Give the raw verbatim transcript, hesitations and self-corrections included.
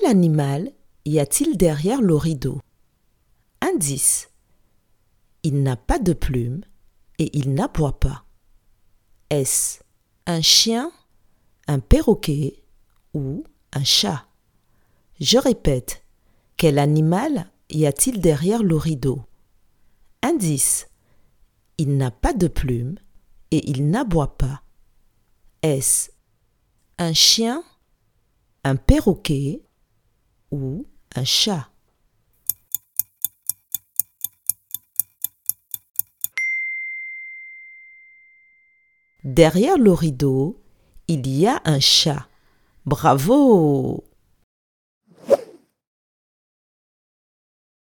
Quel animal y a-t-il derrière le rideau? Indice. Il n'a pas de plumes et il n'aboie pas. Est-ce un chien, un perroquet ou un chat? Je répète. Quel animal y a-t-il derrière le rideau? Indice. Il n'a pas de plumes et il n'aboie pas. Est-ce un chien, un perroquet ou un chat? Derrière le rideau, il y a un chat. Bravo!